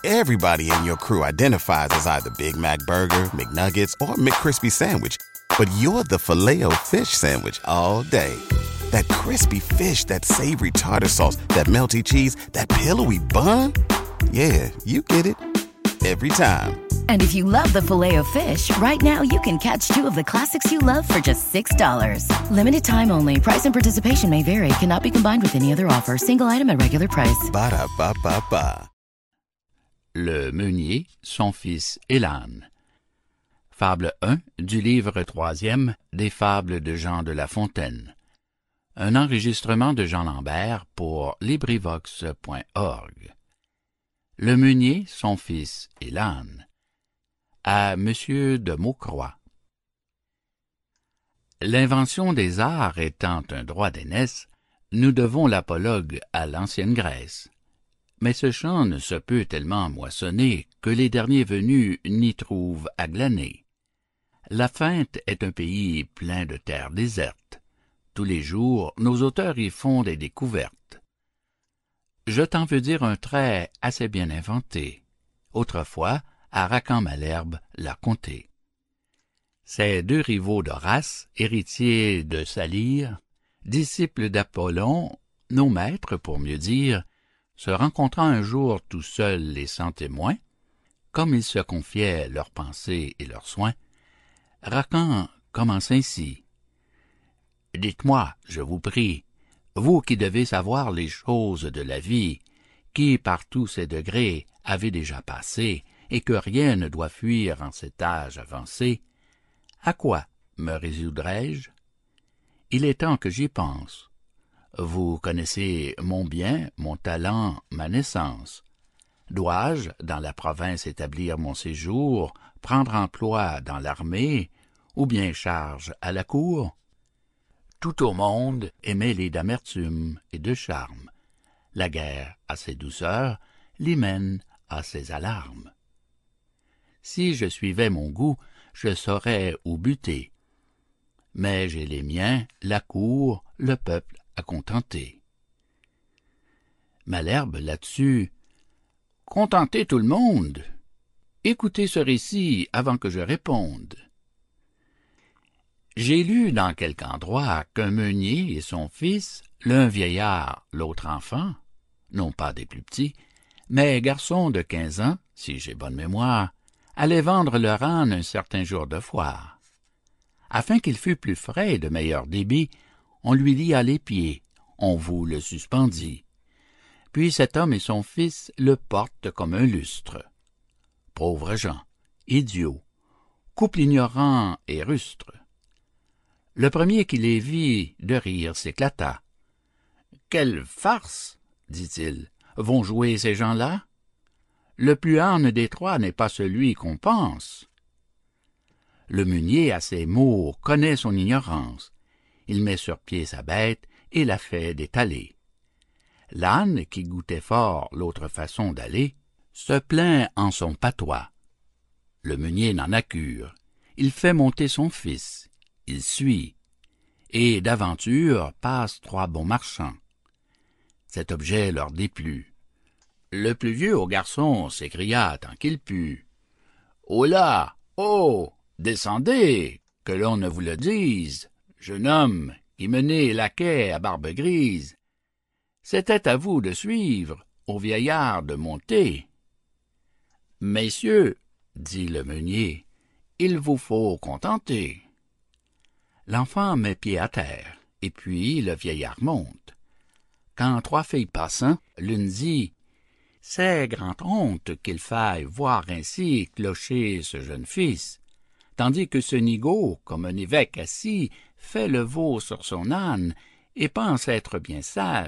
Everybody in your crew identifies as either Big Mac Burger, McNuggets, or McCrispy Sandwich. But you're the Filet-O-Fish Sandwich all day. That crispy fish, that savory tartar sauce, that melty cheese, that pillowy bun. Yeah, you get it. Every time. And if you love the Filet-O-Fish, right now you can catch two of the classics you love for just $6. Limited time only. Price and participation may vary. Cannot be combined with any other offer. Single item at regular price. Ba-da-ba-ba-ba. Le meunier, son fils et l'âne. Fable 1 du livre 3e des Fables de Jean de La Fontaine. Un enregistrement de Jean Lambert pour LibriVox.org. Le meunier, son fils et l'âne. À Monsieur de Maucroix. L'invention des arts étant un droit d'aînesse, nous devons l'apologue à l'ancienne Grèce. Mais ce champ ne se peut tellement moissonner que les derniers venus n'y trouvent à glaner. La Feinte est un pays plein de terres désertes. Tous les jours, nos auteurs y font des découvertes. Je t'en veux dire un trait assez bien inventé. Autrefois, à Racan-Malherbe l'a conté. Ces deux rivaux d'Horace, héritiers de Salyre, disciples d'Apollon, nos maîtres, pour mieux dire, se rencontrant un jour tout seuls et sans témoins, comme ils se confiaient leurs pensées et leurs soins, Racan commence ainsi. « Dites-moi, je vous prie, vous qui devez savoir les choses de la vie, qui par tous ces degrés avez déjà passé, et que rien ne doit fuir en cet âge avancé, à quoi me résoudrais-je? Il est temps que j'y pense. Vous connaissez mon bien, mon talent, ma naissance. Dois-je, dans la province, établir mon séjour, prendre emploi dans l'armée, ou bien charge à la cour? Tout au monde est mêlé d'amertume et de charme. La guerre a ses douceurs, l'hymen a ses alarmes. Si je suivais mon goût, je saurais où buter. Mais j'ai les miens, la cour, le peuple à contenter. Malherbe, là-dessus, « Contenter tout le monde? Écoutez ce récit avant que je réponde. J'ai lu dans quelque endroit qu'un meunier et son fils, l'un vieillard, l'autre enfant, non pas des plus petits, mais garçons de 15 ans, si j'ai bonne mémoire, allaient vendre leur âne un certain jour de foire. Afin qu'il fût plus frais et de meilleur débit, on lui lia les pieds, on vous le suspendit. Puis cet homme et son fils le portent comme un lustre. Pauvres gens, idiots, couple ignorant et rustre. Le premier qui les vit de rire s'éclata. « Quelle farce, dit-il, vont jouer ces gens-là? Le plus âne des trois n'est pas celui qu'on pense. » Le meunier, à ces mots, connaît son ignorance. Il met sur pied sa bête et la fait détaler. L'âne, qui goûtait fort l'autre façon d'aller, se plaint en son patois. Le meunier n'en a cure. Il fait monter son fils. Il suit. Et d'aventure passent 3 bons marchands. Cet objet leur déplut. Le plus vieux au garçon s'écria tant qu'il put. « Oh là! Oh! Descendez! Que l'on ne vous le dise! Jeune homme, qui menez laquais à barbe grise! C'était à vous de suivre, au vieillard de monter. »« Messieurs, dit le meunier, il vous faut contenter. » L'enfant met pied à terre, et puis le vieillard monte. Quand 3 filles passant, l'une dit « C'est grande honte qu'il faille voir ainsi clocher ce jeune fils, tandis que ce nigaud, comme un évêque assis, fait le veau sur son âne et pense être bien sage. »«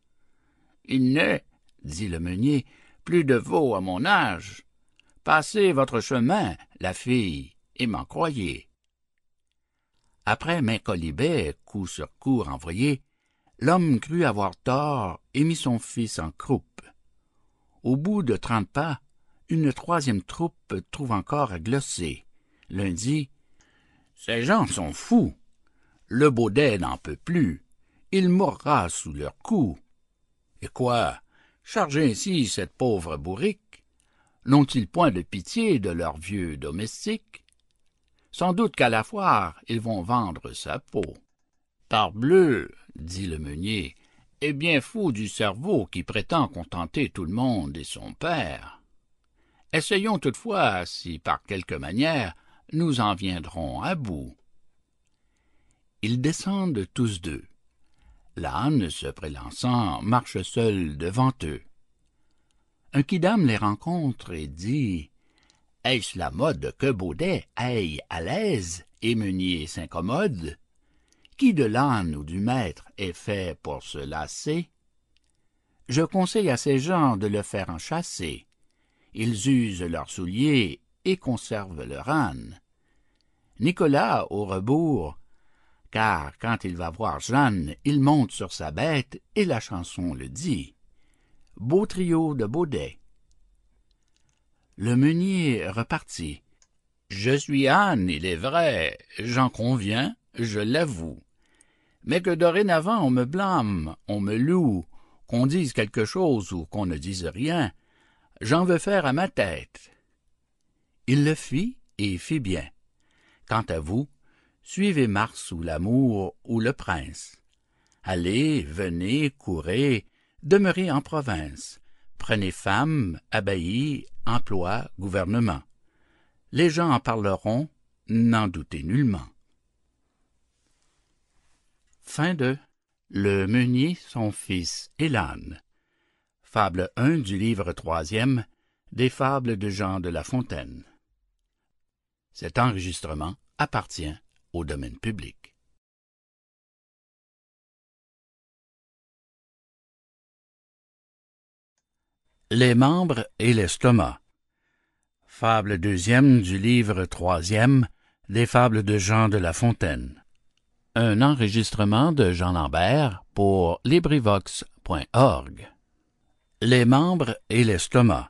Il n'est, dit le meunier, plus de veau à mon âge. Passez votre chemin, la fille, et m'en croyez. » Après maint colibet, coup sur coup renvoyé, l'homme crut avoir tort et mit son fils en croupe. Au bout de 30 pas, une 3e troupe trouve encore à glosser. L'un dit « Ces gens sont fous. Le baudet n'en peut plus. Il mourra sous leur coup. Et quoi, charger ainsi cette pauvre bourrique? n'ont-ils point de pitié de leur vieux domestique? Sans doute qu'à la foire, ils vont vendre sa peau. Parbleu, dit le meunier, est bien fou du cerveau qui prétend contenter tout le monde et son père. Essayons toutefois si, par quelque manière, nous en viendrons à bout. Ils descendent tous deux. L'âne, se prélançant, marche seul devant eux. Un quidam les rencontre et dit « Est-ce la mode que Baudet aille à l'aise et Meunier s'incommode? Qui de l'âne ou du maître est fait pour se lasser? Je conseille à ces gens de le faire enchasser. Ils usent leurs souliers et conservent leur âne. Nicolas, au rebours, car quand il va voir Jeanne, il monte sur sa bête et la chanson le dit. Beau trio de Baudet. Le meunier repartit. Je suis âne, il est vrai, j'en conviens, je l'avoue. Mais que dorénavant on me blâme, on me loue, qu'on dise quelque chose ou qu'on ne dise rien, j'en veux faire à ma tête. Il le fit et fit bien. Quant à vous, suivez Mars ou l'amour ou le prince. Allez, venez, courez, demeurez en province. Prenez femme, abbaye, emploi, gouvernement. Les gens en parleront, n'en doutez nullement. Fin de Le meunier, son fils et l'âne. Fable 1 du livre 3e des Fables de Jean de La Fontaine. Cet enregistrement appartient au domaine public. Les membres et l'estomac. Fable 2e du livre 3e des Fables de Jean de La Fontaine. Un enregistrement de Jean Lambert pour LibriVox.org. Les membres et l'estomac.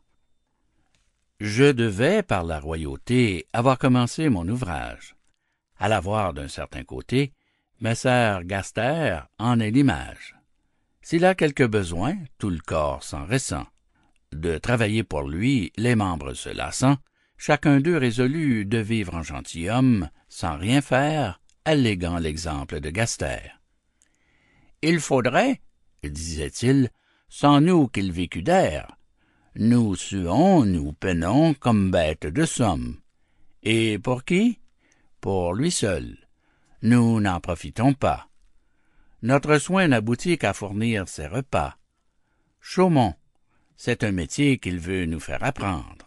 Je devais, par la royauté, avoir commencé mon ouvrage. À la voir d'un certain côté, Messer Gaster en est l'image. S'il a quelque besoin, tout le corps s'en ressent. De travailler pour lui, les membres se lassant, chacun d'eux résolu de vivre en gentilhomme, sans rien faire, alléguant l'exemple de Gaster. Il faudrait, disait-il, sans nous qu'il vécût d'air. Nous suons, nous peinons comme bêtes de somme. Et pour qui? Pour lui seul. Nous n'en profitons pas. Notre soin n'aboutit qu'à fournir ses repas. Chaumont, c'est un métier qu'il veut nous faire apprendre.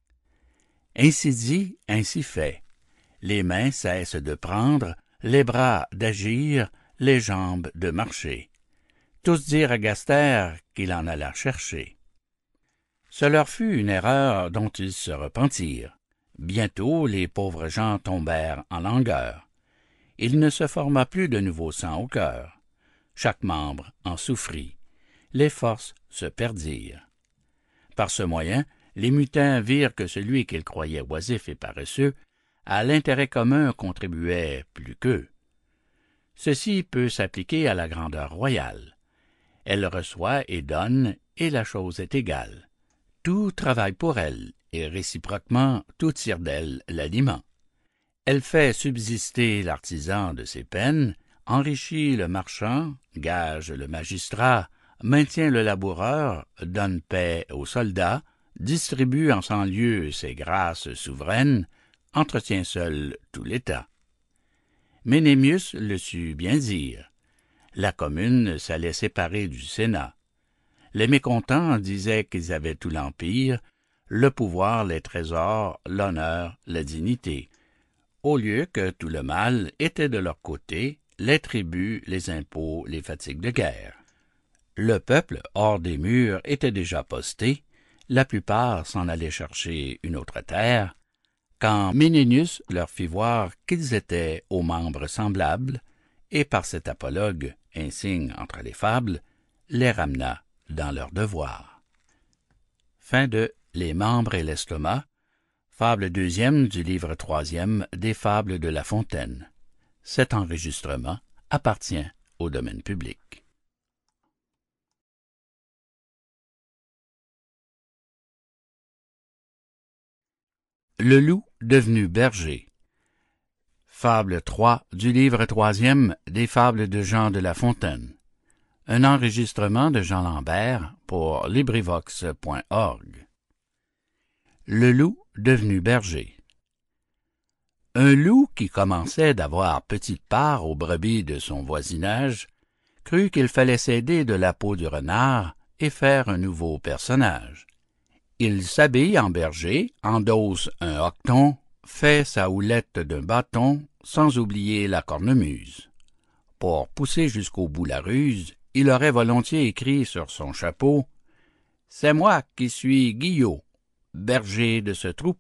Ainsi dit, ainsi fait. Les mains cessent de prendre, les bras d'agir, les jambes de marcher. Tous dirent à Gaster qu'il en alla chercher. Ce leur fut une erreur dont ils se repentirent. Bientôt les pauvres gens tombèrent en langueur. Il ne se forma plus de nouveau sang au cœur. Chaque membre en souffrit. Les forces se perdirent. Par ce moyen, les mutins virent que celui qu'ils croyaient oisif et paresseux, à l'intérêt commun contribuait plus qu'eux. Ceci peut s'appliquer à la grandeur royale. Elle reçoit et donne, et la chose est égale. Tout travaille pour elle, et réciproquement tout tire d'elle l'aliment. Elle fait subsister l'artisan de ses peines, enrichit le marchand, gage le magistrat, maintient le laboureur, donne paix aux soldats, distribue en 100 lieues ses grâces souveraines, entretient seul tout l'État. Ménémius le sut bien dire. La commune s'allait séparer du Sénat. Les mécontents disaient qu'ils avaient tout l'empire, le pouvoir, les trésors, l'honneur, la dignité, au lieu que tout le mal était de leur côté, les tributs, les impôts, les fatigues de guerre. Le peuple, hors des murs, était déjà posté, la plupart s'en allaient chercher une autre terre, quand Ménénius leur fit voir qu'ils étaient aux membres semblables, et par cet apologue, insigne entre les fables, les ramena dans leur devoir. Fin de Les membres et l'estomac, fable 2e du livre 3e des Fables de La Fontaine. Cet enregistrement appartient au domaine public. Le loup devenu berger. Fable 3 du livre 3e des Fables de Jean de La Fontaine. Un enregistrement de Jean Lambert pour LibriVox.org. Le loup devenu berger. Un loup qui commençait d'avoir petite part aux brebis de son voisinage crut qu'il fallait s'aider de la peau du renard et faire un nouveau personnage. Il s'habille en berger, endosse un hoqueton, fait sa houlette d'un bâton, sans oublier la cornemuse. Pour pousser jusqu'au bout la ruse, il aurait volontiers écrit sur son chapeau « C'est moi qui suis Guillot, berger de ce troupeau ».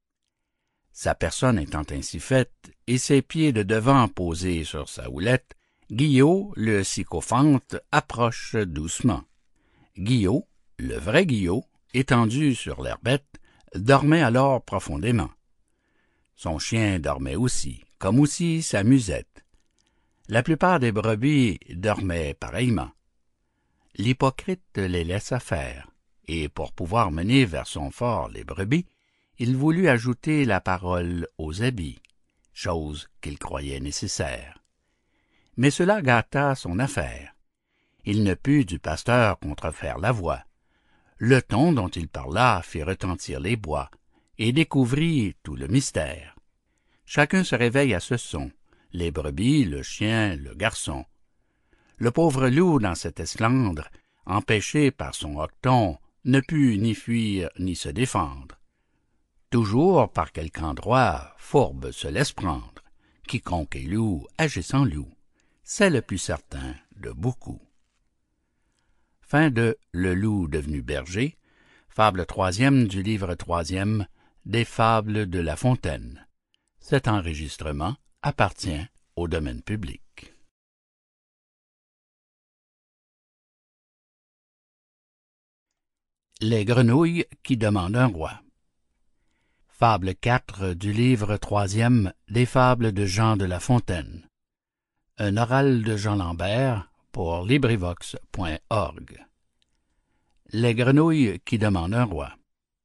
Sa personne étant ainsi faite, et ses pieds de devant posés sur sa houlette, Guillot, le sycophante, approche doucement. Guillot, le vrai Guillot, étendu sur l'herbette, dormait alors profondément. Son chien dormait aussi, comme aussi sa musette. La plupart des brebis dormaient pareillement. L'hypocrite les laissa faire, et pour pouvoir mener vers son fort les brebis, il voulut ajouter la parole aux habits, chose qu'il croyait nécessaire. Mais cela gâta son affaire. Il ne put du pasteur contrefaire la voix. Le ton dont il parla fit retentir les bois, et découvrit tout le mystère. Chacun se réveille à ce son, les brebis, le chien, le garçon. Le pauvre loup, dans cette esclandre, empêché par son hoqueton, ne put ni fuir ni se défendre. Toujours par quelque endroit, fourbe se laisse prendre. Quiconque est loup, agissant loup, c'est le plus certain de beaucoup. Fin de Le loup devenu berger, fable 3e du livre 3e des Fables de La Fontaine. Cet enregistrement appartient au domaine public. Les grenouilles qui demandent un roi. Fable 4 du livre 3e des Fables de Jean de La Fontaine. Un oral de Jean Lambert pour LibriVox.org. Les grenouilles qui demandent un roi.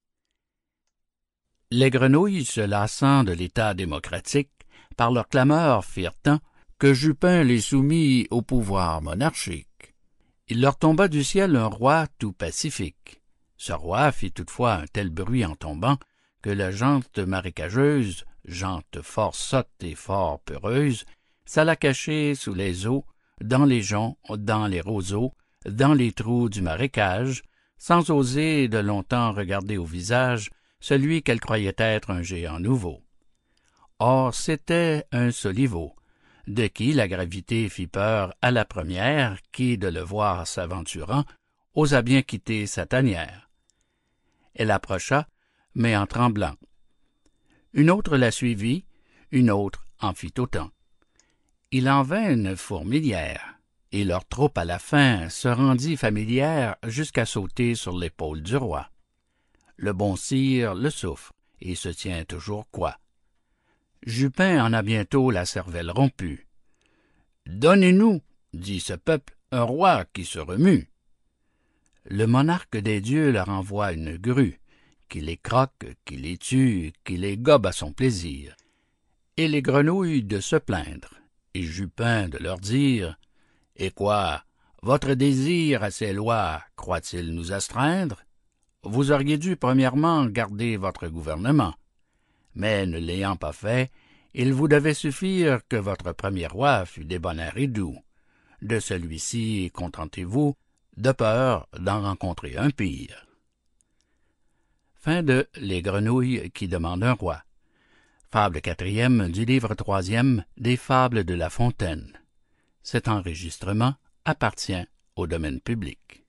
Les grenouilles, se lassant de l'État démocratique, par leur clameur firent tant que Jupin les soumit au pouvoir monarchique. Il leur tomba du ciel un roi tout pacifique. Ce roi fit toutefois un tel bruit en tombant que la gente marécageuse, gente fort sotte et fort peureuse, s'alla cacher sous les eaux, dans les joncs, dans les roseaux, dans les trous du marécage, sans oser de longtemps regarder au visage celui qu'elle croyait être un géant nouveau. Or c'était un soliveau, de qui la gravité fit peur à la première, qui, de le voir s'aventurant, osa bien quitter sa tanière. Elle approcha, mais en tremblant. Une autre la suivit, une autre en fit autant. Il en vint une fourmilière, et leur troupe à la fin se rendit familière jusqu'à sauter sur l'épaule du roi. Le bon sire le souffre, et se tient toujours coi. Jupin en a bientôt la cervelle rompue. « Donnez-nous, dit ce peuple, un roi qui se remue. » Le monarque des dieux leur envoie une grue, qui les croque, qui les tue, qui les gobe à son plaisir. Et les grenouilles de se plaindre, et Jupin de leur dire « Et quoi, votre désir à ces lois croit-il nous astreindre? Vous auriez dû premièrement garder votre gouvernement. Mais ne l'ayant pas fait, il vous devait suffire que votre premier roi fût débonnaire et doux. De celui-ci contentez-vous, de peur d'en rencontrer un pire. » Fin de Les grenouilles qui demandent un roi. Fable 4e du livre 3e des Fables de La Fontaine. Cet enregistrement appartient au domaine public.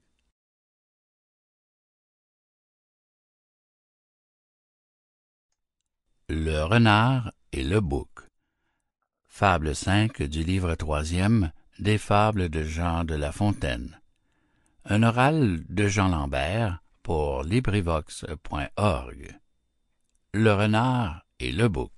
Le renard et le bouc. Fable 5 du livre 3e des Fables de Jean de La Fontaine. Un oral de Jean Lambert pour LibriVox.org. Le renard et le bouc.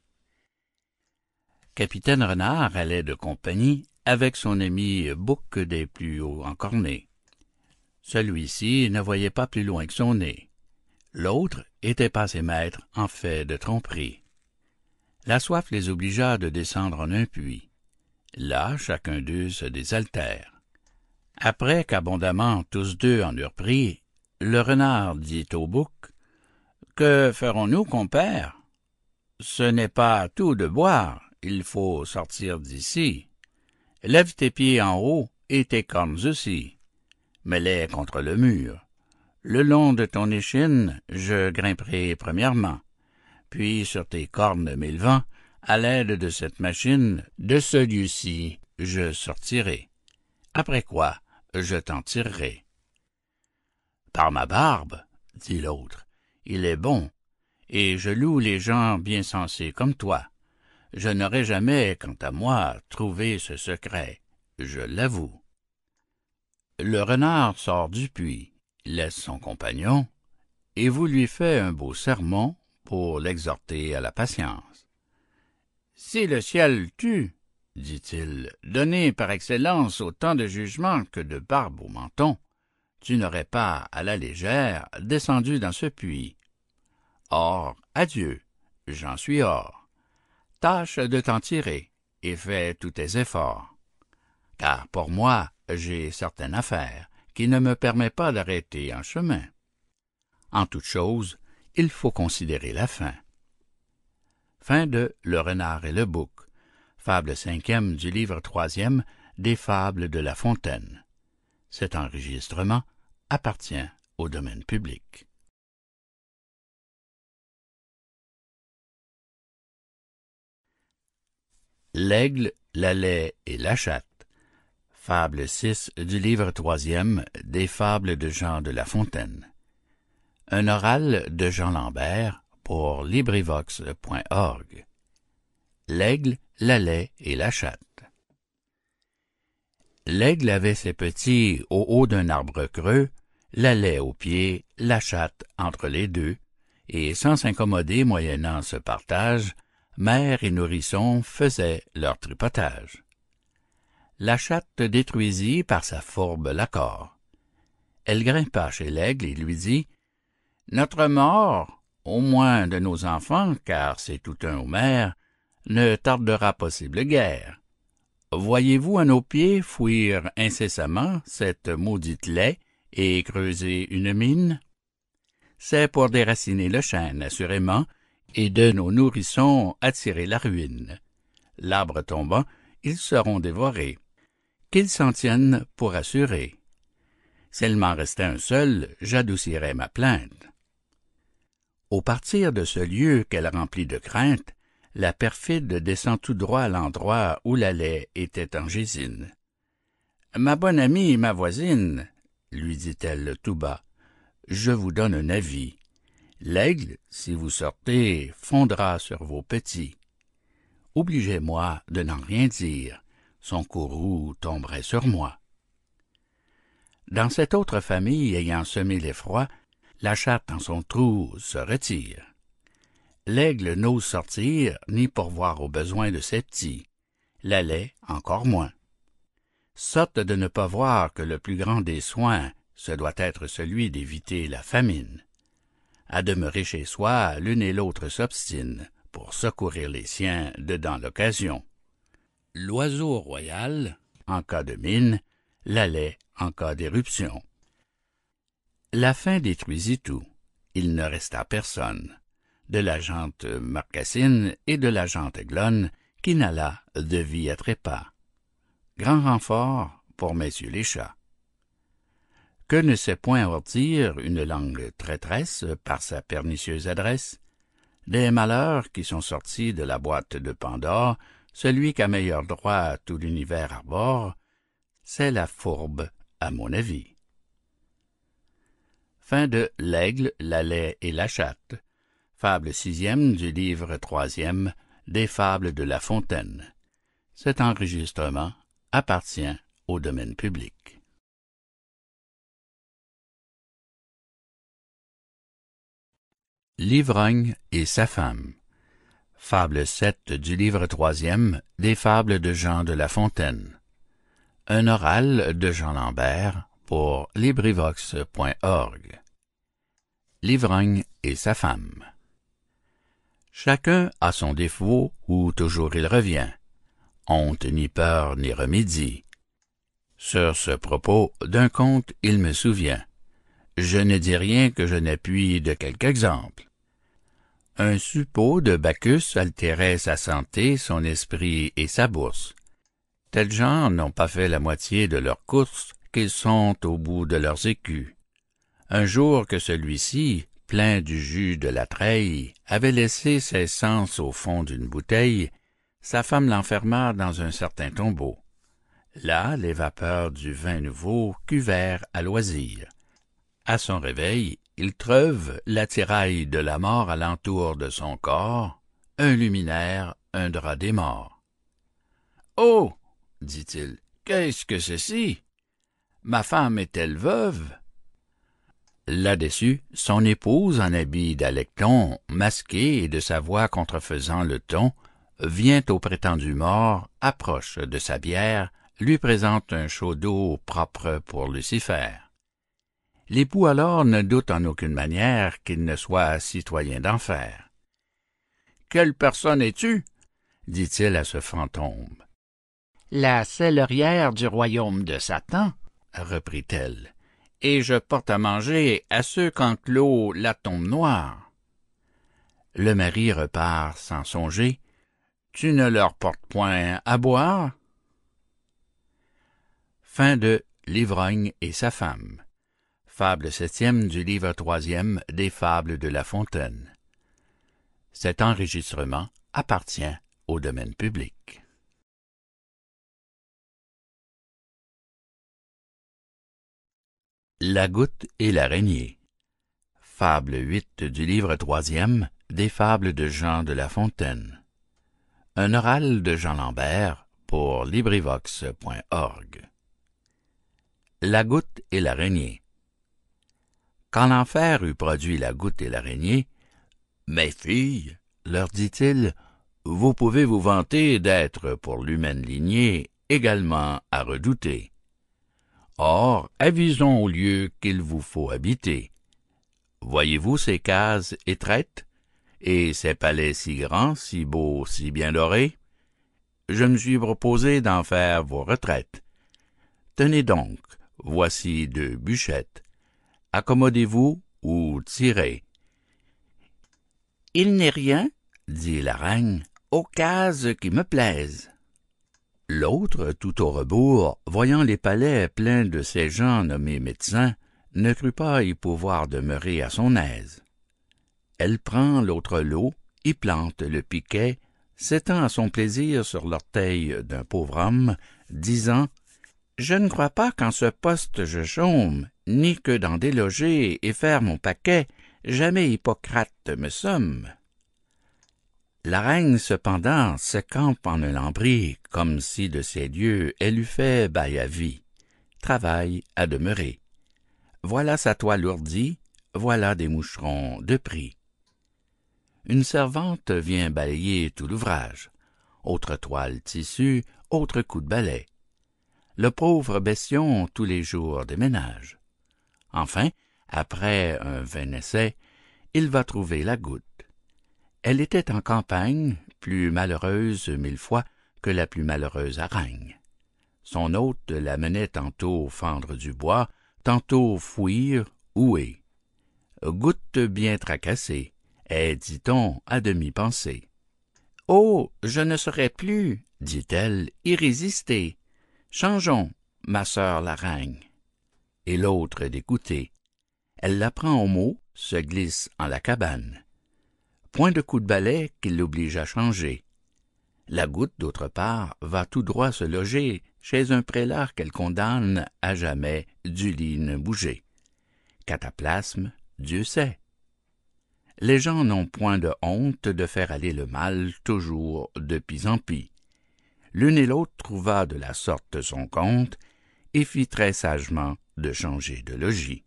Capitaine Renard allait de compagnie avec son ami Bouc des plus hauts encornés. Celui-ci ne voyait pas plus loin que son nez. L'autre était passé maître en fait de tromperie. La soif les obligea de descendre en un puits. Là, chacun d'eux se désaltère. Après qu'abondamment tous deux en eurent pris, le renard dit au bouc: « Que ferons-nous, compère? Ce n'est pas tout de boire, il faut sortir d'ici. Lève tes pieds en haut et tes cornes aussi. Mets-les contre le mur. Le long de ton échine, je grimperai premièrement. Puis sur tes cornes m'élevant, à l'aide de cette machine, de ce lieu-ci, je sortirai. Après quoi, je t'en tirerai. » « Par ma barbe, dit l'autre, il est bon, et je loue les gens bien sensés comme toi. Je n'aurais jamais, quant à moi, trouvé ce secret, je l'avoue. » Le renard sort du puits, laisse son compagnon, et vous lui fait un beau sermon pour l'exhorter à la patience. « Si le ciel t'eût, dit-il, donné par excellence autant de jugement que de barbe au menton, tu n'aurais pas, à la légère, descendu dans ce puits. Or, adieu, j'en suis hors. Tâche de t'en tirer, et fais tous tes efforts. Car pour moi, j'ai certaine affaire qui ne me permet pas d'arrêter en chemin. En toute chose, il faut considérer la fin. » Fin de Le renard et le bouc, fable 5e du livre 3e des Fables de La Fontaine. Cet enregistrement appartient au domaine public. L'aigle, la laie et la chatte. Fable 6 du livre 3e des Fables de Jean de La Fontaine. Un oral de Jean Lambert pour LibriVox.org. L'aigle, la laie et la chatte. L'aigle avait ses petits au haut d'un arbre creux, la laie au pied, la chatte entre les deux, et sans s'incommoder moyennant ce partage, mère et nourrisson faisaient leur tripotage. La chatte détruisit par sa fourbe l'accord. Elle grimpa chez l'aigle et lui dit: « Notre mort, au moins de nos enfants, car c'est tout un aux mères, ne tardera possible guère. Voyez-vous à nos pieds fouir incessamment cette maudite laie et creuser une mine? C'est pour déraciner le chêne, assurément, et de nos nourrissons attirer la ruine. L'arbre tombant, ils seront dévorés. Qu'ils s'en tiennent pour assurer. S'il m'en restait un seul, j'adoucirais ma plainte. » Au partir de ce lieu qu'elle remplit de crainte, la perfide descend tout droit à l'endroit où la laie était en gésine. « Ma bonne amie et ma voisine, lui dit-elle tout bas, je vous donne un avis. L'aigle, si vous sortez, fondra sur vos petits. Obligez-moi de n'en rien dire, son courroux tomberait sur moi. » Dans cette autre famille ayant semé l'effroi, la chatte en son trou se retire. L'aigle n'ose sortir ni pourvoir aux besoins de ses petits, la laie encore moins. Sorte de ne pas voir que le plus grand des soins, ce doit être celui d'éviter la famine. À demeurer chez soi, l'une et l'autre s'obstinent, pour secourir les siens dedans l'occasion. L'oiseau royal, en cas de mine, la laie en cas d'éruption. La faim détruisit tout, il ne resta personne, de la gente marcassine et de la gente aiglonne, qui n'alla de vie à trépas. Grand renfort pour messieurs les chats. Que ne sait point ourdir une langue traîtresse par sa pernicieuse adresse? Des malheurs qui sont sortis de la boîte de Pandore, celui qu'à meilleur droit tout l'univers arbore, c'est la fourbe, à mon avis. Fin de L'aigle, la laie et la chatte. Fable 6e du livre 3e des Fables de La Fontaine. Cet enregistrement appartient au domaine public. L'ivrogne et sa femme. Fable 7 du livre 3e des Fables de Jean de La Fontaine. Un oral de Jean Lambert pour LibriVox.org. L'ivrogne et sa femme. Chacun a son défaut où toujours il revient. Honte ni peur ni remédie. Sur ce propos, d'un conte il me souvient. Je ne dis rien que je n'appuie de quelque exemple. Un suppôt de Bacchus altérait sa santé, son esprit et sa bourse. Tels gens n'ont pas fait la moitié de leur course qu'ils sont au bout de leurs écus. Un jour que celui-ci, plein du jus de la treille, avait laissé ses sens au fond d'une bouteille, sa femme l'enferma dans un certain tombeau. Là, les vapeurs du vin nouveau cuvèrent à loisir. À son réveil, il treuve l'attirail de la mort alentour de son corps, un luminaire, un drap des morts. « Oh! » dit-il, « qu'est-ce que ceci? Ma femme est-elle veuve? » Là-dessus, son épouse, en habit d'alecton, masqué et de sa voix contrefaisant le ton, vient au prétendu mort, approche de sa bière, lui présente un seau d'eau propre pour Lucifer. L'époux alors ne doute en aucune manière qu'il ne soit citoyen d'enfer. « Quelle personne es-tu? » dit-il à ce fantôme. « La cellérière du royaume de Satan, » reprit-elle, « et je porte à manger à ceux qu'enclôt la tombe noire. » Le mari repart sans songer. « Tu ne leur portes point à boire? » Fin de L'ivrogne et sa femme. Fable 7e du livre 3e des Fables de La Fontaine. Cet enregistrement appartient au domaine public. La goutte et l'araignée. Fable 8 du livre 3e des Fables de Jean de La Fontaine. Un oral de Jean Lambert pour LibriVox.org. La goutte et l'araignée. Quand l'enfer eut produit la goutte et l'araignée, « Mes filles, leur dit-il, vous pouvez vous vanter d'être pour l'humaine lignée également à redouter. Or, avisons au lieu qu'il vous faut habiter. Voyez-vous ces cases étraites, et ces palais si grands, si beaux, si bien dorés? Je me suis proposé d'en faire vos retraites. Tenez donc, voici 2 bûchettes. Accommodez-vous ou tirez. » « Il n'est rien, » dit la reine, « aux cases qui me plaisent. » L'autre, tout au rebours, voyant les palais pleins de ces gens nommés médecins, ne crut pas y pouvoir demeurer à son aise. Elle prend l'autre lot, y plante le piquet, s'étend à son plaisir sur l'orteil d'un pauvre homme, disant « Je ne crois pas qu'en ce poste je chôme, ni que d'en déloger et faire mon paquet, jamais Hippocrate me somme. » La reine, cependant, se campe en un lambris, comme si de ses dieux elle eût fait bail à vie. Travaille à demeurer. Voilà sa toile ourdie, voilà des moucherons de prix. Une servante vient balayer tout l'ouvrage. Autre toile tissue, autre coup de balai. Le pauvre bestion tous les jours déménage. Enfin, après un vain essai, il va trouver la goutte. Elle était en campagne, plus malheureuse 1000 fois que la plus malheureuse aragne. Son hôte la menait tantôt fendre du bois, tantôt fouir, ouer. Goutte bien tracassée, est, dit-on, à demi pensée. « Oh, je ne saurais plus, dit-elle, y résister. Changeons, ma sœur la reine. » Et l'autre d'écouter. Elle la prend au mot, se glisse en la cabane. Point de coup de balai qui l'oblige à changer. La goutte, d'autre part, va tout droit se loger chez un prélat qu'elle condamne à jamais du lit ne bouger. Cataplasme, Dieu sait. Les gens n'ont point de honte de faire aller le mal toujours de pis en pis. L'une et l'autre trouva de la sorte son compte et fit très sagement de changer de logis.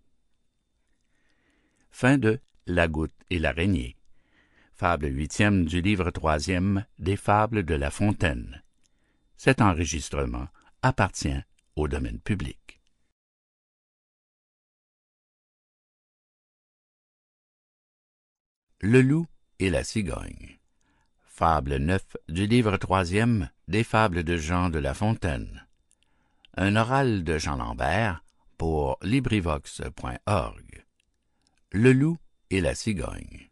Fin de La goutte et l'araignée. Fable 8e du livre 3e des Fables de La Fontaine. Cet enregistrement appartient au domaine public. Le loup et la cigogne. Fable 9 du livre 3e des Fables de Jean de La Fontaine. Un oral de Jean Lambert pour LibriVox.org. Le loup et la cigogne.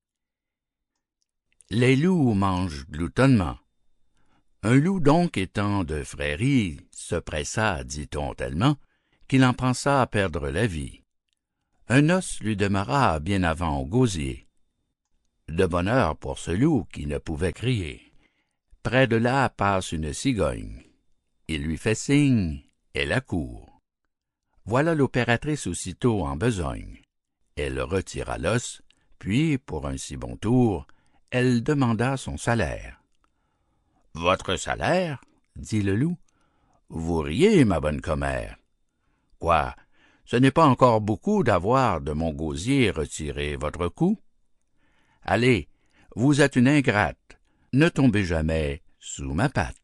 Les loups mangent gloutonnement. Un loup donc étant de frairie se pressa, dit-on tellement, qu'il en pensa à perdre la vie. Un os lui demeura bien avant au gosier. De bonne heure pour ce loup qui ne pouvait crier. Près de là passe une cigogne. Il lui fait signe, elle accourt. Voilà l'opératrice aussitôt en besogne. Elle retira l'os, puis, pour un si bon tour, elle demanda son salaire. « Votre salaire? » dit le loup. « Vous riez, ma bonne commère. Quoi, ce n'est pas encore beaucoup d'avoir de mon gosier retiré votre cou? Allez, vous êtes une ingrate, ne tombez jamais sous ma patte. »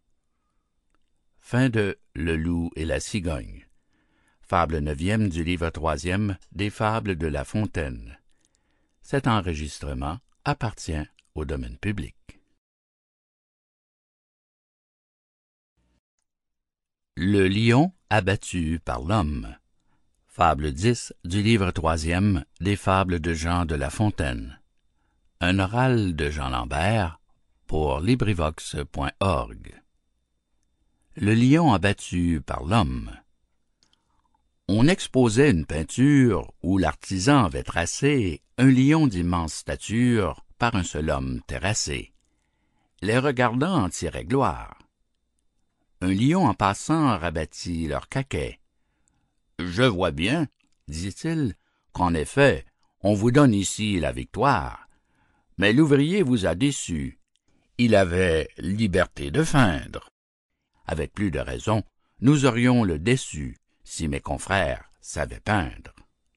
Fin de Le loup et la cigogne. Fable 9e du livre 3e des Fables de La Fontaine. Cet enregistrement appartient au domaine public. Le lion abattu par l'homme. Fable 10 du livre 3e des Fables de Jean de La Fontaine. Un oral de Jean Lambert pour LibriVox.org. Le lion abattu par l'homme. On exposait une peinture où l'artisan avait tracé un lion d'immense stature par un seul homme terrassé. Les regardants en tiraient gloire. Un lion en passant rabattit leur caquet. « Je vois bien, dit-il, qu'en effet, on vous donne ici la victoire. Mais l'ouvrier vous a déçu. Il avait liberté de feindre. Avec plus de raison, nous aurions le déçu si mes confrères savaient peindre. »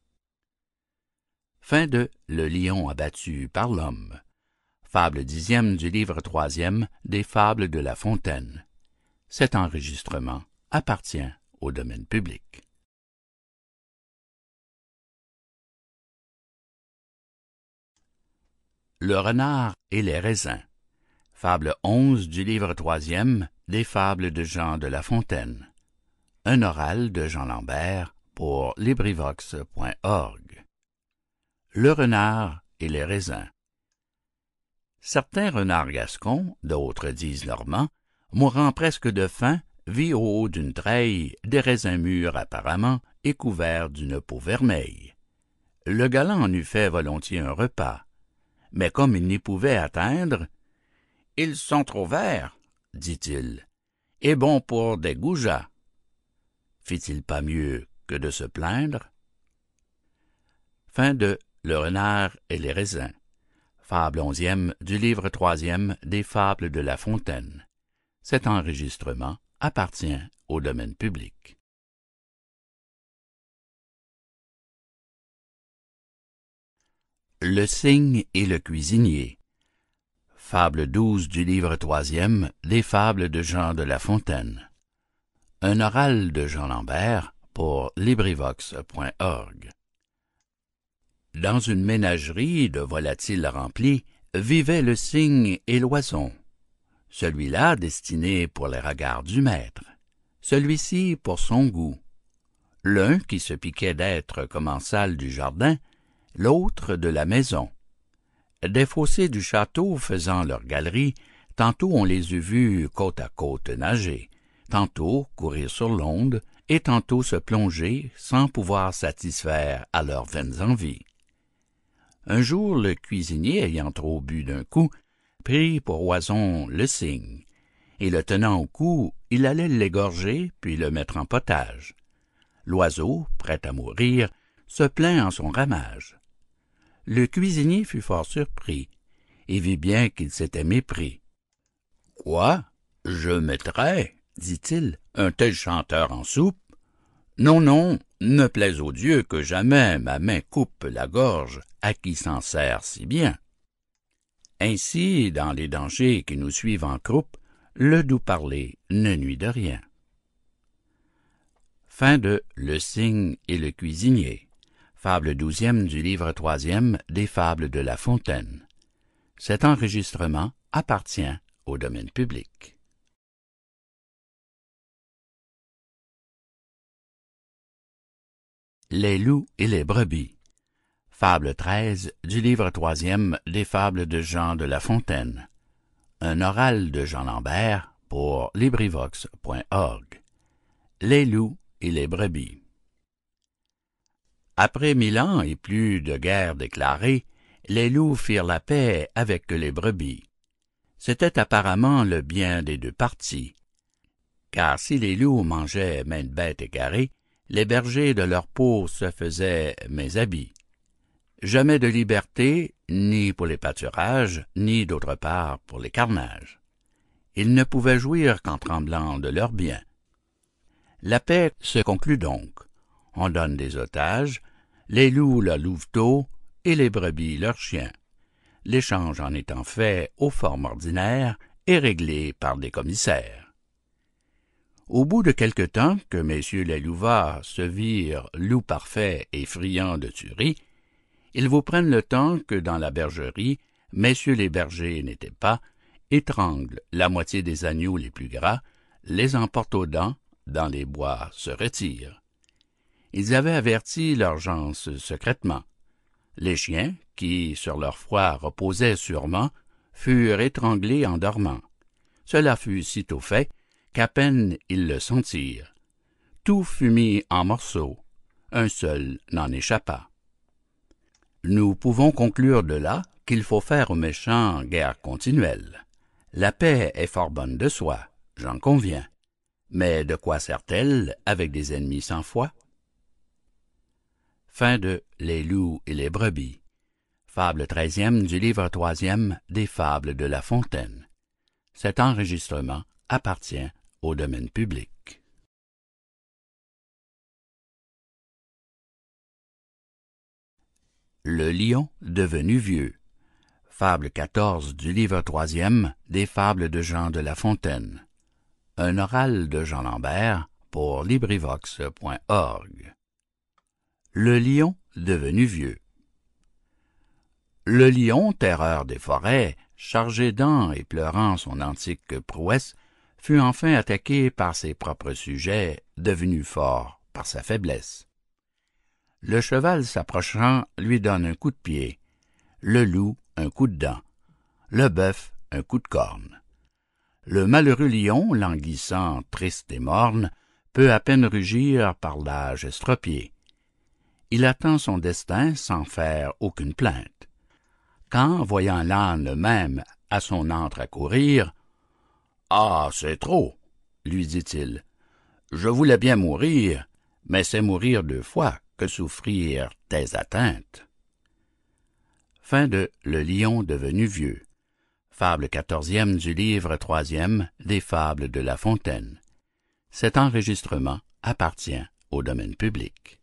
Fin de Le lion abattu par l'homme. Fable 10e du livre 3e des Fables de La Fontaine. Cet enregistrement appartient au domaine public. Le renard et les raisins. Fable 11 du livre 3e des Fables de Jean de La Fontaine. Un oral de Jean Lambert pour LibriVox.org. Le renard et les raisins. Certains renards gascons, d'autres disent normands, mourant presque de faim, vit au haut d'une treille des raisins mûrs apparemment et couverts d'une peau vermeille. Le galant en eût fait volontiers un repas, mais comme il n'y pouvait atteindre, « Ils sont trop verts, dit-il, et bons pour des goujats. » Fit-il pas mieux que de se plaindre? Fin de Le renard et les raisins. Fable 11e du livre 3e des Fables de La Fontaine. Cet enregistrement appartient au domaine public. Le cygne et le cuisinier. Fable 12 du livre 3e des Fables de Jean de La Fontaine. Un oral de Jean Lambert pour LibriVox.org. Dans une ménagerie de volatiles remplis vivaient le cygne et l'oison. Celui-là destiné pour les regards du maître, celui-ci pour son goût. L'un qui se piquait d'être commensal du jardin, l'autre de la maison. Des fossés du château faisant leur galerie, tantôt on les eût vus côte à côte nager, tantôt courir sur l'onde, et tantôt se plonger sans pouvoir satisfaire à leurs vaines envies. Un jour, le cuisinier, ayant trop bu d'un coup, prit pour oison le cygne, et le tenant au cou, il allait l'égorger puis le mettre en potage. L'oiseau, prêt à mourir, se plaint en son ramage. Le cuisinier fut fort surpris, et vit bien qu'il s'était mépris. « Quoi? Je mettrais, dit-il, un tel chanteur en soupe? Non, non, ne plaise aux dieux que jamais ma main coupe la gorge à qui s'en sert si bien. » Ainsi, dans les dangers qui nous suivent en croupe, le doux parler ne nuit de rien. Fin de Le cygne et le cuisinier. Fable 12e du livre 3e des Fables de La Fontaine. Cet enregistrement appartient au domaine public. Les loups et les brebis. Fable 13 du livre 3e des Fables de Jean de La Fontaine. Un oral de Jean Lambert pour LibriVox.org. Les loups et les brebis. Après 1000 ans et plus de guerre déclarée, les loups firent la paix avec les brebis. C'était apparemment le bien des deux parties. Car si les loups mangeaient maintes bêtes égarées, les bergers de leur peau se faisaient mes habits. Jamais de liberté, ni pour les pâturages, ni d'autre part pour les carnages. Ils ne pouvaient jouir qu'en tremblant de leurs biens. La paix se conclut donc. On donne des otages, les loups leurs louveteaux et les brebis leurs chiens. L'échange en étant fait aux formes ordinaires et réglé par des commissaires. Au bout de quelque temps que messieurs les louvats se virent loups parfaits et friands de tuerie, ils vous prennent le temps que dans la bergerie, messieurs les bergers n'étaient pas, étranglent la moitié des agneaux les plus gras, les emportent aux dents, dans les bois se retirent. Ils avaient averti leurs gens secrètement. Les chiens, qui sur leur foi reposaient sûrement, furent étranglés en dormant. Cela fut sitôt fait qu'à peine ils le sentirent. Tout fut mis en morceaux, un seul n'en échappa. Nous pouvons conclure de là qu'il faut faire aux méchants guerre continuelle. La paix est fort bonne de soi, j'en conviens. Mais de quoi sert-elle avec des ennemis sans foi? Fin de Les loups et les brebis. Fable 13e du livre 3e des Fables de La Fontaine. Cet enregistrement appartient au domaine public. Le lion devenu vieux. Fable 14 du livre 3e des Fables de Jean de La Fontaine. Un oral de Jean Lambert pour LibriVox.org. Le lion devenu vieux. Le lion, terreur des forêts, chargé dents et pleurant son antique prouesse, fut enfin attaqué par ses propres sujets, devenu fort par sa faiblesse. Le cheval s'approchant lui donne un coup de pied, le loup un coup de dent, le bœuf un coup de corne. Le malheureux lion, languissant, triste et morne, peut à peine rugir par l'âge estropié. Il attend son destin sans faire aucune plainte. Quand, voyant l'âne même à son antre accourir, « Ah, c'est trop !» lui dit-il. « Je voulais bien mourir, mais c'est mourir 2 fois que souffrir tes atteintes. » Fin de Le lion devenu vieux. Fable 14e du livre 3e des Fables de La Fontaine. Cet enregistrement appartient au domaine public.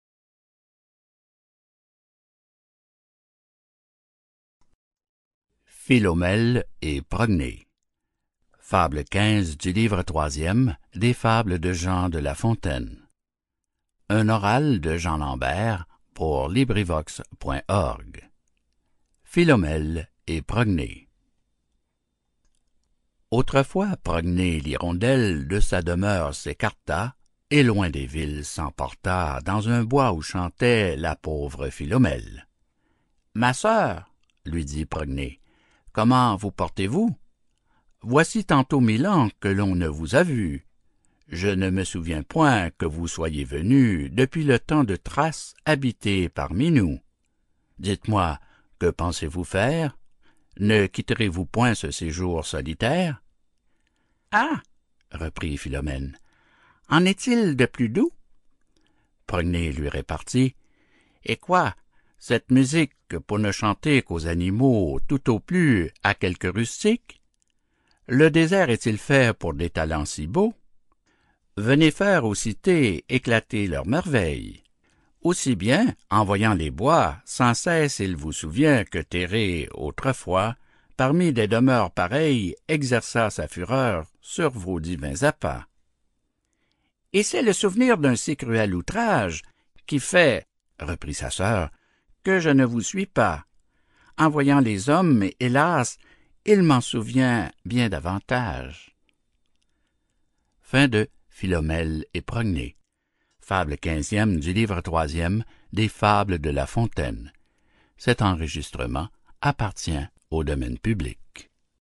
Philomèle et Progné. Fable 15 du livre 3e des Fables de Jean de La Fontaine. Un oral de Jean Lambert pour LibriVox.org. Philomèle et Progné. Autrefois Progné l'hirondelle de sa demeure s'écarta, et loin des villes s'emporta dans un bois où chantait la pauvre Philomèle. « Ma sœur, lui dit Progné, comment vous portez-vous? Voici tantôt 1000 ans que l'on ne vous a vu. Je ne me souviens point que vous soyez venue depuis le temps de Thrace habiter parmi nous. Dites-moi, que pensez-vous faire? Ne quitterez-vous point ce séjour solitaire? » « Ah, reprit Philomèle, en est-il de plus doux? » Progné lui répartit, « Et quoi, cette musique pour ne chanter qu'aux animaux, tout au plus à quelques rustiques? Le désert est-il fait pour des talents si beaux? Venez faire aux cités éclater leurs merveilles. Aussi bien, en voyant les bois, sans cesse il vous souvient que Thérée, autrefois, parmi des demeures pareilles, exerça sa fureur sur vos divins appas. Et c'est le souvenir d'un si cruel outrage qui fait, reprit sa sœur, que je ne vous suis pas. En voyant les hommes, hélas, il m'en souvient bien davantage. Fin de Philomèle et Prognée. Fable 15e du livre 3e des Fables de La Fontaine. Cet enregistrement appartient au domaine public.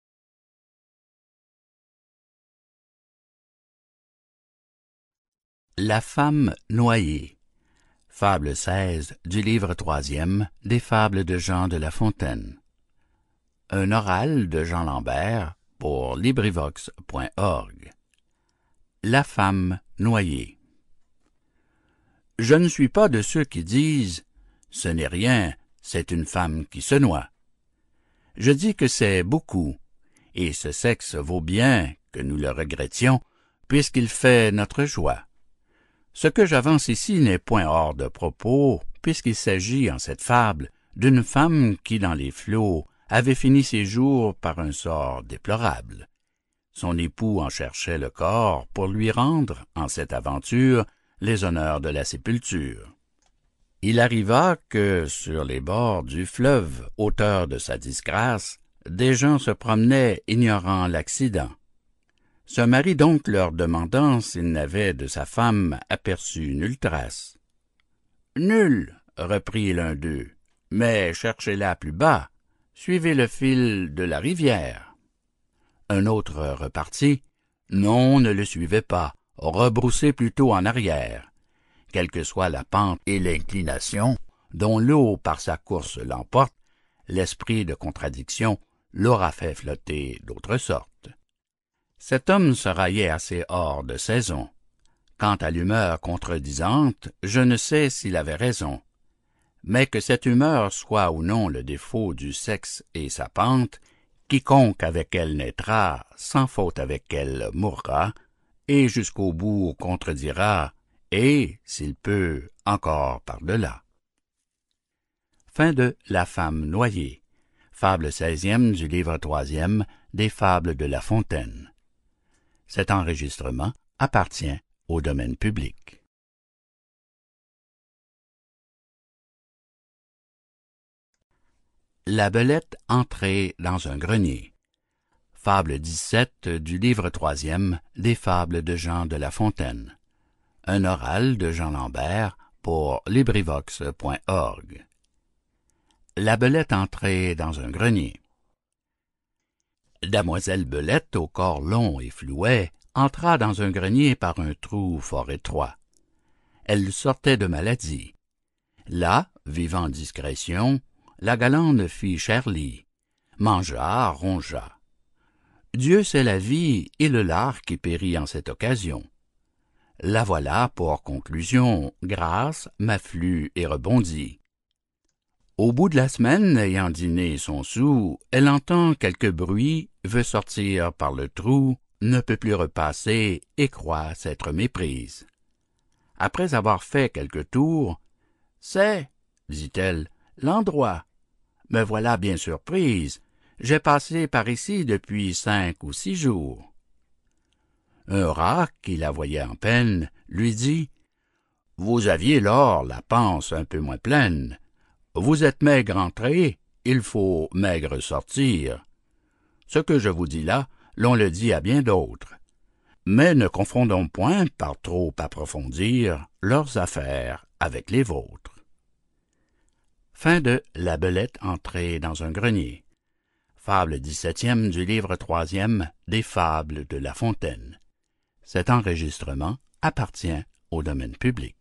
La femme noyée. Fable 16 du livre 3e des Fables de Jean de La Fontaine. Un oral de Jean Lambert pour LibriVox.org. La femme noyée. Je ne suis pas de ceux qui disent « Ce n'est rien, c'est une femme qui se noie ». Je dis que c'est beaucoup, et ce sexe vaut bien que nous le regrettions, puisqu'il fait notre joie. Ce que j'avance ici n'est point hors de propos, puisqu'il s'agit en cette fable d'une femme qui, dans les flots, avait fini ses jours par un sort déplorable. Son époux en cherchait le corps pour lui rendre, en cette aventure, les honneurs de la sépulture. Il arriva que, sur les bords du fleuve, auteur de sa disgrâce, des gens se promenaient ignorant l'accident. Ce mari donc leur demandant s'il n'avait de sa femme aperçu nulle trace. « Nulle, reprit l'un d'eux, mais cherchez-la plus bas, suivez le fil de la rivière. » Un autre repartit. « Non, ne le suivez pas, rebroussez plutôt en arrière. Quelle que soit la pente et l'inclination, dont l'eau par sa course l'emporte, l'esprit de contradiction l'aura fait flotter d'autre sorte. » Cet homme se raillait assez hors de saison. Quant à l'humeur contredisante, je ne sais s'il avait raison. Mais que cette humeur soit ou non le défaut du sexe et sa pente, quiconque avec elle naîtra, sans faute avec elle mourra, et jusqu'au bout contredira, et, s'il peut, encore par-delà. Fin de La femme noyée. Fable 16e du livre 3e des Fables de La Fontaine. Cet enregistrement appartient au domaine public. La belette entrée dans un grenier. Fable 17 du livre 3e des Fables de Jean de La Fontaine. Un oral de Jean Lambert pour LibriVox.org. La belette entrée dans un grenier. Damoiselle Belette, au corps long et flouet, entra dans un grenier par un trou fort étroit. Elle sortait de maladie. Là, vivant discrétion, la galande fit cher lit, mangea, rongea. Dieu sait la vie et le lard qui périt en cette occasion. La voilà pour conclusion, grâce, m'afflue et rebondit. Au bout de la semaine, ayant dîné son soûl, elle entend quelque bruit, veut sortir par le trou, ne peut plus repasser et croit s'être méprise. Après avoir fait quelques tours, « C'est, dit-elle, l'endroit. Me voilà bien surprise. J'ai passé par ici depuis 5 ou 6 jours. » Un rat, qui la voyait en peine, lui dit « Vous aviez lors la panse un peu moins pleine. Vous êtes maigre entré, il faut maigre sortir. Ce que je vous dis là, l'on le dit à bien d'autres. Mais ne confondons point, par trop approfondir, leurs affaires avec les vôtres. » Fin de La belette entrée dans un grenier. Fable 17e du livre 3e des Fables de La Fontaine. Cet enregistrement appartient au domaine public.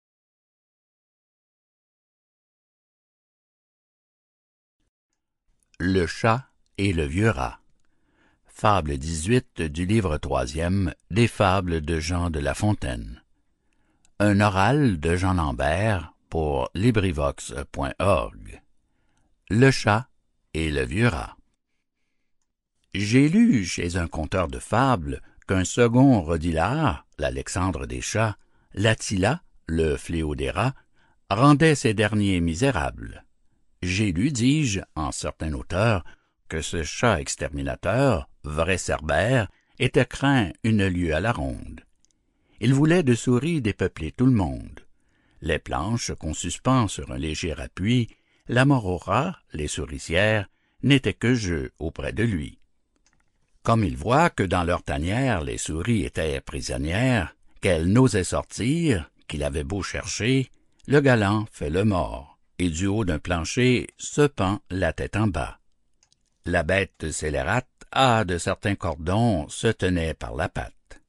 Le chat et le vieux rat. Fable 18 du livre 3e des Fables de Jean de La Fontaine. Un oral de Jean Lambert pour LibriVox.org. Le chat et le vieux rat. J'ai lu chez un conteur de fables qu'un second Rodilard, l'Alexandre des chats, l'Attila, le fléau des rats, rendait ces derniers misérables. J'ai lu, dis-je, en certain auteur, que ce chat exterminateur, vrai Cerbère, était craint une lieue à la ronde. Il voulait de souris dépeupler tout le monde. les planches qu'on suspend sur un léger appui, la mort au rat, les souricières, n'étaient que jeu auprès de lui. Comme il voit que dans leur tanière les souris étaient prisonnières, qu'elles n'osaient sortir, qu'il avait beau chercher, le galant fait le mort, et du haut d'un plancher se pend la tête en bas. La bête scélérate, à de certains cordons, se tenait par la patte.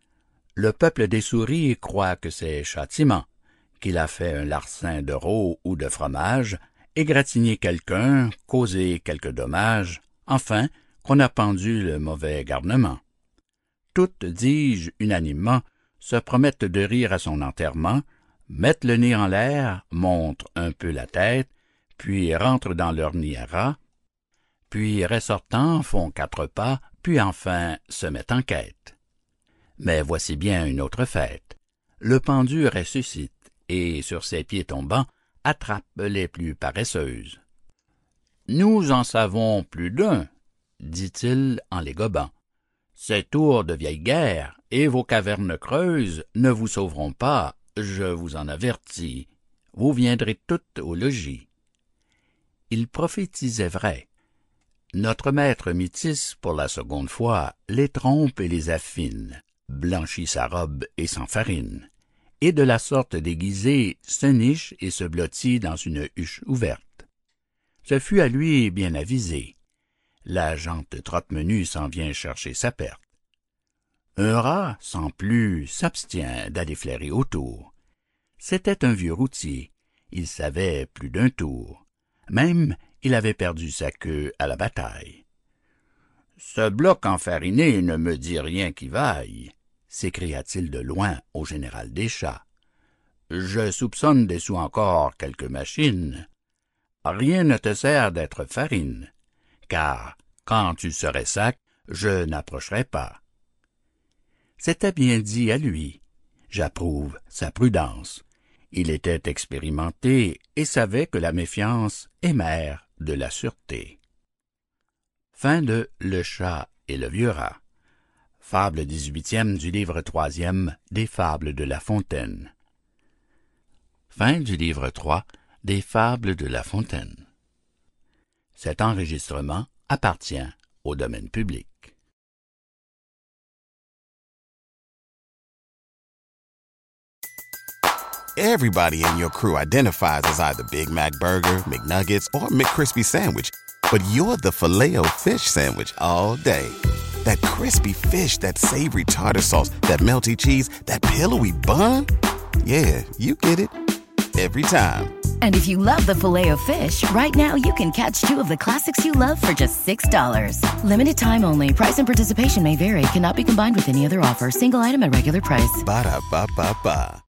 Le peuple des souris croit que c'est châtiment, qu'il a fait un larcin de veau ou de fromage, égratigné quelqu'un, causé quelque dommage, enfin, qu'on a pendu le mauvais garnement. Toutes, dis-je unanimement, se promettent de rire à son enterrement, mettent le nez en l'air, montrent un peu la tête, puis rentrent dans leur nid à rats, puis ressortant font 4 pas, puis enfin se mettent en quête. Mais voici bien une autre fête. Le pendu ressuscite, et sur ses pieds tombants, attrape les plus paresseuses. « Nous en savons plus d'un, » dit-il en les gobant. « Ces tours de vieille guerre et vos cavernes creuses ne vous sauveront pas, je vous en avertis. Vous viendrez toutes au logis. » Il prophétisait vrai. Notre maître métis, pour la seconde fois, les trompe et les affine, blanchit sa robe et s'enfarine, et de la sorte déguisé se niche et se blottit dans une huche ouverte. Ce fut à lui bien avisé. La jante trotte-menu s'en vient chercher sa perte. Un rat, sans plus, s'abstient d'aller flairer autour. C'était un vieux routier, il savait plus d'un tour. Même, il avait perdu sa queue à la bataille. « Ce bloc enfariné ne me dit rien qui vaille, » s'écria-t-il de loin au général des chats. « Je soupçonne dessous encore quelques machines. Rien ne te sert d'être farine, car, quand tu serais sac, je n'approcherai pas. » C'était bien dit à lui. J'approuve sa prudence. Il était expérimenté et savait que la méfiance est mère de la sûreté. Fin de Le chat et le vieux rat. Fable 18e du livre 3e des Fables de La Fontaine. Fin du livre 3 des Fables de La Fontaine. Cet enregistrement appartient au domaine public. Everybody in your crew identifies as either Big Mac Burger, McNuggets, or McCrispy Sandwich. But you're the Filet-O-Fish Sandwich all day. That crispy fish, that savory tartar sauce, that melty cheese, that pillowy bun. Yeah, you get it. Every time. And if you love the Filet-O-Fish, right now you can catch 2 of the classics you love for just $6. Limited time only. Price and participation may vary. Cannot be combined with any other offer. Single item at regular price. Ba-da-ba-ba-ba.